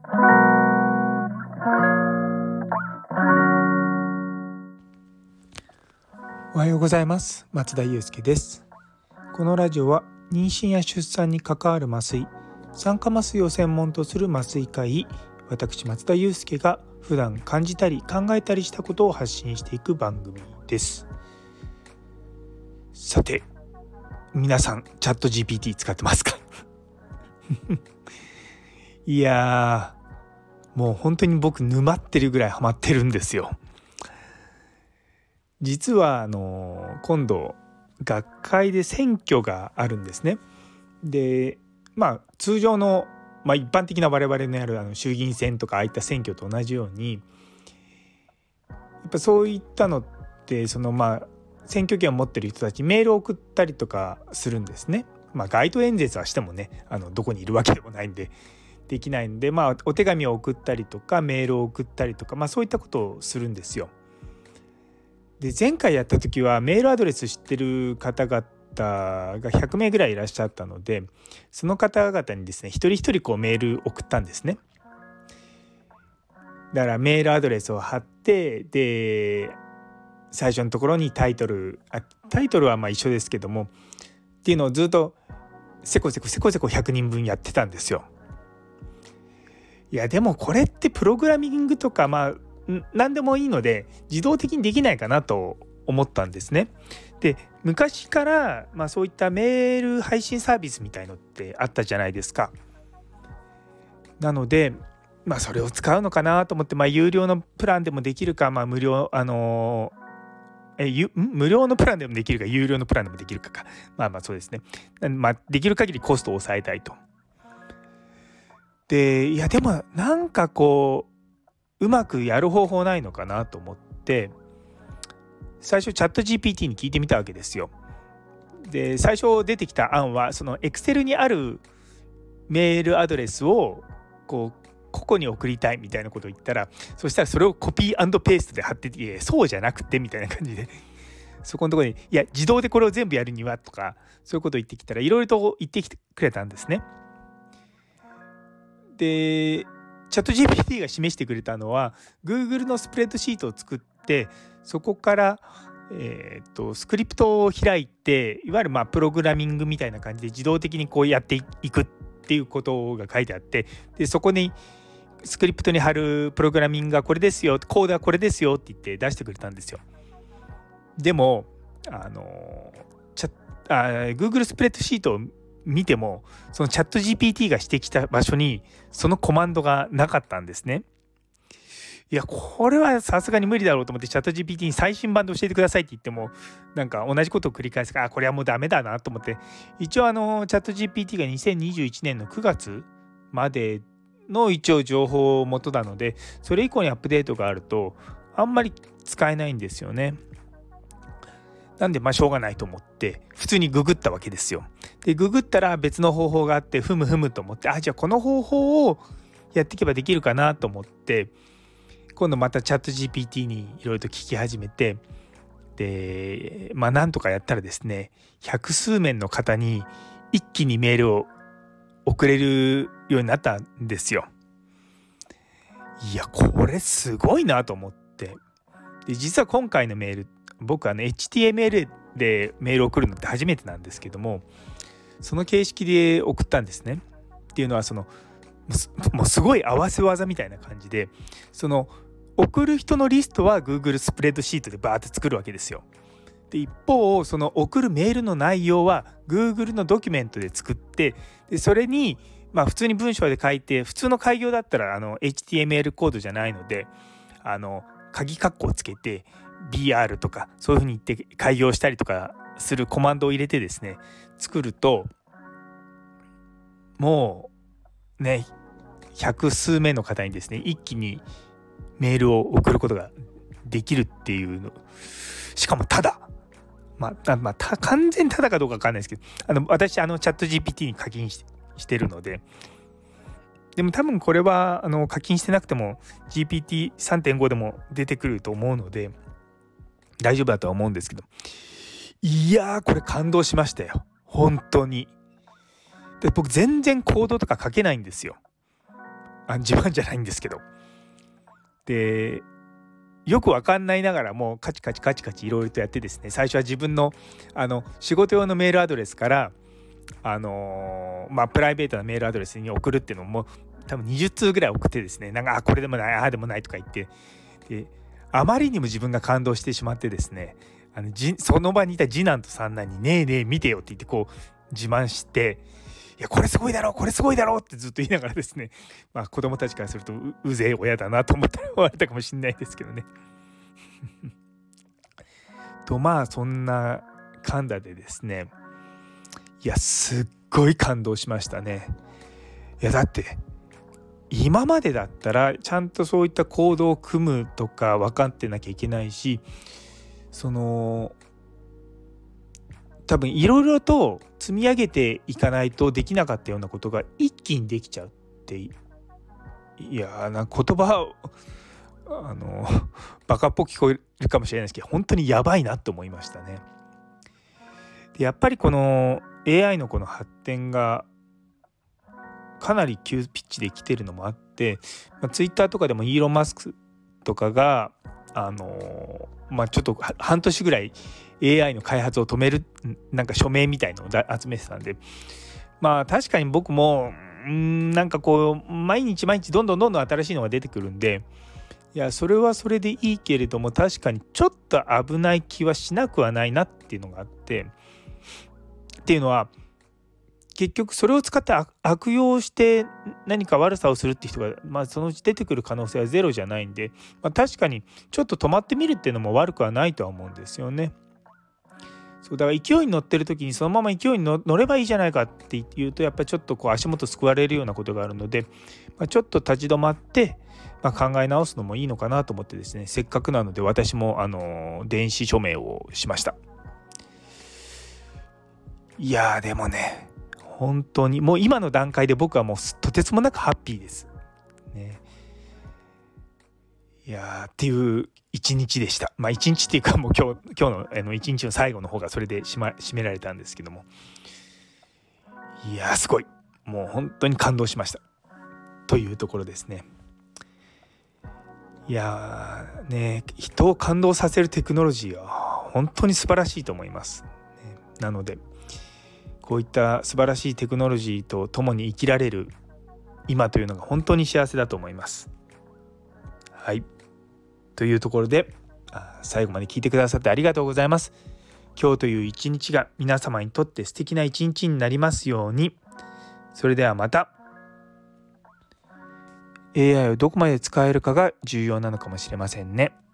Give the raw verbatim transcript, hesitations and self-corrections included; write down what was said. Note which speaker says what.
Speaker 1: おはようございます。松田祐介です。このラジオは妊娠や出産に関わる麻酔、酸化麻酔を専門とする麻酔科医、私松田祐介が普段感じたり考えたりしたことを発信していく番組です。さて、皆さんチャット ジーピーティー 使ってますか？いやー、もう本当に僕沼ってるぐらいハマってるんですよ。実はあの今度学会で選挙があるんですね。で、まあ通常の、まあ、一般的な我々のやるあの衆議院選とかああいった選挙と同じように、やっぱそういったのってそのまあ選挙権を持ってる人たちメールを送ったりとかするんですね。まあ街頭演説はしてもね、あのどこにいるわけでもないんでできないんで、まあお手紙を送ったりとかメールを送ったりとか、まあそういったことをするんですよ。で、前回やった時はメールアドレス知ってる方々がひゃくめいぐらいいらっしゃったので、その方々にですね一人一人こうメール送ったんですね。だからメールアドレスを貼って、で最初のところにタイトルあタイトルはまあ一緒ですけどもっていうのをずっとせこせこせこせこひゃくにんぶんやってたんですよ。いやでもこれってプログラミングとかまあ何でもいいので自動的にできないかなと思ったんですね。で、昔から、まあ、そういったメール配信サービスみたいのってあったじゃないですか。なので、まあ、それを使うのかなと思って、まあ、有料のプランでもできるか、まあ、無料あのえゆ無料のプランでもできるか有料のプランでもできるかかまあまあそうですね、まあ、できる限りコストを抑えたいと。で、いやでもなんかこううまくやる方法ないのかなと思って最初チャット ジーピーティー に聞いてみたわけですよ。で、最初出てきた案はその Excel にあるメールアドレスをこう個々に送りたいみたいなことを言ったら、そしたらそれをコピー&ペーストで貼ってて、そうじゃなくてみたいな感じでそこのところにいや自動でこれを全部やるにはとかそういうことを言ってきたらいろいろと言ってきてくれたんですね。でチャット ジーピーティー が示してくれたのは Google のスプレッドシートを作ってそこから、えー、とスクリプトを開いていわゆるまあプログラミングみたいな感じで自動的にこうやっていくっていうことが書いてあって、でそこにスクリプトに貼るプログラミングがこれですよ、コードはこれですよって言って出してくれたんですよ。でもあのチャあ Google スプレッドシートを見てもそのチャット ジーピーティー が指摘した場所にそのコマンドがなかったんですね。いやこれはさすがに無理だろうと思ってチャット ジーピーティー に最新版で教えてくださいって言ってもなんか同じことを繰り返すから、あこれはもうダメだなと思って、一応あのチャット ジーピーティー がにせんにじゅういちねんのくがつまでの一応情報元なので、それ以降にアップデートがあるとあんまり使えないんですよね。なんでまあしょうがないと思って普通にググったわけですよ。でググったら別の方法があってふむふむと思って、あじゃあこの方法をやっていけばできるかなと思って今度またチャット ジーピーティー にいろいろと聞き始めて、でまあなんとかやったらですね百数名の方に一気にメールを送れるようになったんですよ。いやこれすごいなと思って、で実は今回のメール僕はね エイチティーエムエル でメールを送るのって初めてなんですけども、その形式で送ったんですね。っていうのはそのもうすごい合わせ技みたいな感じで、その送る人のリストは Google スプレッドシートでバーって作るわけですよ。で一方その送るメールの内容は Google のドキュメントで作って、でそれにまあ普通に文章で書いて、普通の開業だったらあの エイチティーエムエル コードじゃないのであの鍵括弧をつけて ビーアール とかそういうふうに言って開業したりとかするコマンドを入れてですね作ると、もうね百数名の方にですね一気にメールを送ることができるっていうの、しかもただまあ、まあ、完全にただかどうか分かんないですけど、あの私あのチャット ジーピーティー に課金 し, してるので、でも多分これはあの課金してなくても ジーピーティーさんてんご でも出てくると思うので大丈夫だとは思うんですけど、いやーこれ感動しましたよ本当に。で僕全然コードとか書けないんですよ。 あ自慢じゃないんですけど。でよく分かんないながらもカチカチカチカチいろいろとやってですね、最初は自分のあの仕事用のメールアドレスからあのー、まあプライベートなメールアドレスに送るっていうのも多分にじゅっつうぐらい送ってですね、なんかあこれでもないああでもないとか言って、であまりにも自分が感動してしまってですね、あのじその場にいた次男と三男にねえねえ見てよって言ってこう自慢して、いやこれすごいだろこれすごいだろってずっと言いながらですね、まあ子供たちからすると う, うぜえ親だなと思って終われたかもしれないですけどねとまあそんなカンダでですね、いやすっごい感動しましたね。いやだって今までだったらちゃんとそういった行動を組むとか分かってなきゃいけないし、その多分いろいろと積み上げていかないとできなかったようなことが一気にできちゃうって、いやな言葉あのバカっぽく聞こえるかもしれないですけど、本当にやばいなと思いましたね。でやっぱりこの エーアイ のこの発展がかなり急ピッチで来てるのもあって、まあ、ツイッターとかでもイーロン・マスクとかがあのまあちょっと半年ぐらい エーアイ の開発を止めるなんか署名みたいのを集めてたんで、まあ確かに僕もんなんかこう毎日毎日どんどんどんどん新しいのが出てくるんで、いやそれはそれでいいけれども確かにちょっと危ない気はしなくはないなっていうのがあって、っていうのは結局それを使って悪用して何か悪さをするって人が、まあ、そのうち出てくる可能性はゼロじゃないんで、まあ、確かにちょっと止まってみるっていうのも悪くはないとは思うんですよね。そうだから勢いに乗ってる時にそのまま勢いに乗ればいいじゃないかっていうとやっぱりちょっとこう足元すくわれるようなことがあるので、まあ、ちょっと立ち止まって、まあ、考え直すのもいいのかなと思ってですね、せっかくなので私もあの電子署名をしました。いやーでもね本当にもう今の段階で僕はもうとてつもなくハッピーです、ね、いやーっていう一日でした。まあ一日っていうかもう今日今日のあの一日の最後の方がそれで締、ま、締められたんですけども、いやーすごいもう本当に感動しましたというところですね。いやーね人を感動させるテクノロジーは本当に素晴らしいと思います、ね、なのでこういった素晴らしいテクノロジーと共に生きられる今というのが本当に幸せだと思います。はい。というところで最後まで聞いてくださってありがとうございます。今日という一日が皆様にとって素敵な一日になりますように。それではまた。エーアイ をどこまで使えるかが重要なのかもしれませんね。